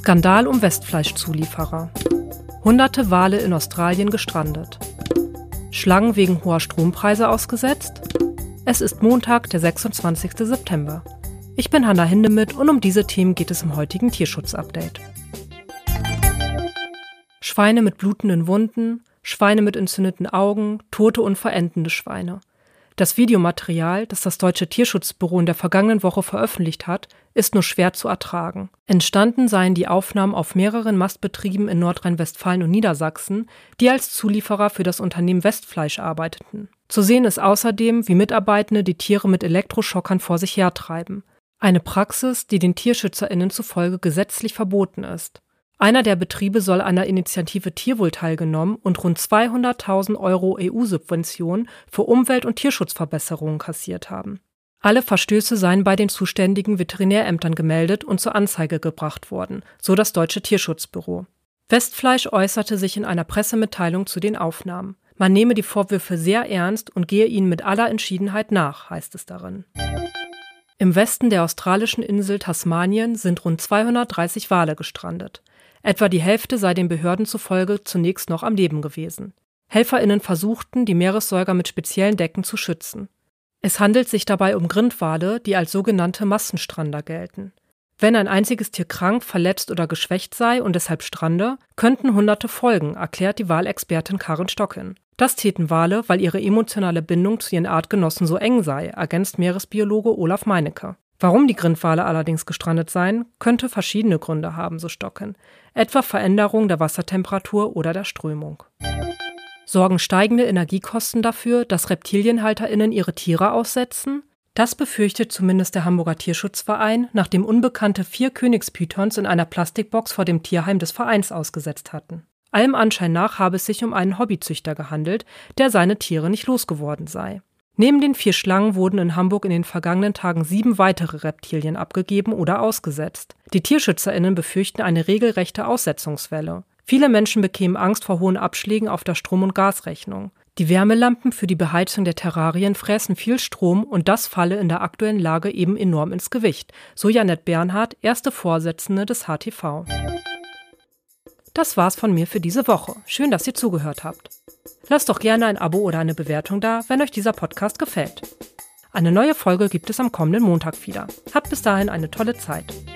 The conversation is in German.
Skandal um Westfleischzulieferer. Hunderte Wale in Australien gestrandet. Schlangen wegen hoher Strompreise ausgesetzt? Es ist Montag, der 26. September. Ich bin Hanna Hindemith und um diese Themen geht es im heutigen Tierschutz-Update. Schweine mit blutenden Wunden, Schweine mit entzündeten Augen, tote und verendende Schweine. Das Videomaterial, das das Deutsche Tierschutzbüro in der vergangenen Woche veröffentlicht hat, ist nur schwer zu ertragen. Entstanden seien die Aufnahmen auf mehreren Mastbetrieben in Nordrhein-Westfalen und Niedersachsen, die als Zulieferer für das Unternehmen Westfleisch arbeiteten. Zu sehen ist außerdem, wie Mitarbeitende die Tiere mit Elektroschockern vor sich hertreiben. Eine Praxis, die den TierschützerInnen zufolge gesetzlich verboten ist. Einer der Betriebe soll an der Initiative Tierwohl teilgenommen und rund 200.000 € EU-Subventionen für Umwelt- und Tierschutzverbesserungen kassiert haben. Alle Verstöße seien bei den zuständigen Veterinärämtern gemeldet und zur Anzeige gebracht worden, so das Deutsche Tierschutzbüro. Westfleisch äußerte sich in einer Pressemitteilung zu den Aufnahmen. Man nehme die Vorwürfe sehr ernst und gehe ihnen mit aller Entschiedenheit nach, heißt es darin. Im Westen der australischen Insel Tasmanien sind rund 230 Wale gestrandet. Etwa die Hälfte sei den Behörden zufolge zunächst noch am Leben gewesen. HelferInnen versuchten, die Meeressäuger mit speziellen Decken zu schützen. Es handelt sich dabei um Grindwale, die als sogenannte Massenstrander gelten. Wenn ein einziges Tier krank, verletzt oder geschwächt sei und deshalb strande, könnten Hunderte folgen, erklärt die Walexpertin Karin Stockin. Das täten Wale, weil ihre emotionale Bindung zu ihren Artgenossen so eng sei, ergänzt Meeresbiologe Olaf Meinecke. Warum die Grindwale allerdings gestrandet seien, könnte verschiedene Gründe haben, so Stockin. Etwa Veränderung der Wassertemperatur oder der Strömung. Sorgen steigende Energiekosten dafür, dass ReptilienhalterInnen ihre Tiere aussetzen? Das befürchtet zumindest der Hamburger Tierschutzverein, nachdem Unbekannte 4 Königspythons in einer Plastikbox vor dem Tierheim des Vereins ausgesetzt hatten. Allem Anschein nach habe es sich um einen Hobbyzüchter gehandelt, der seine Tiere nicht losgeworden sei. Neben den 4 Schlangen wurden in Hamburg in den vergangenen Tagen 7 weitere Reptilien abgegeben oder ausgesetzt. Die TierschützerInnen befürchten eine regelrechte Aussetzungswelle. Viele Menschen bekämen Angst vor hohen Abschlägen auf der Strom- und Gasrechnung. Die Wärmelampen für die Beheizung der Terrarien fräßen viel Strom und das falle in der aktuellen Lage eben enorm ins Gewicht, so Janette Bernhard, erste Vorsitzende des HTV. Das war's von mir für diese Woche. Schön, dass ihr zugehört habt. Lasst doch gerne ein Abo oder eine Bewertung da, wenn euch dieser Podcast gefällt. Eine neue Folge gibt es am kommenden Montag wieder. Habt bis dahin eine tolle Zeit.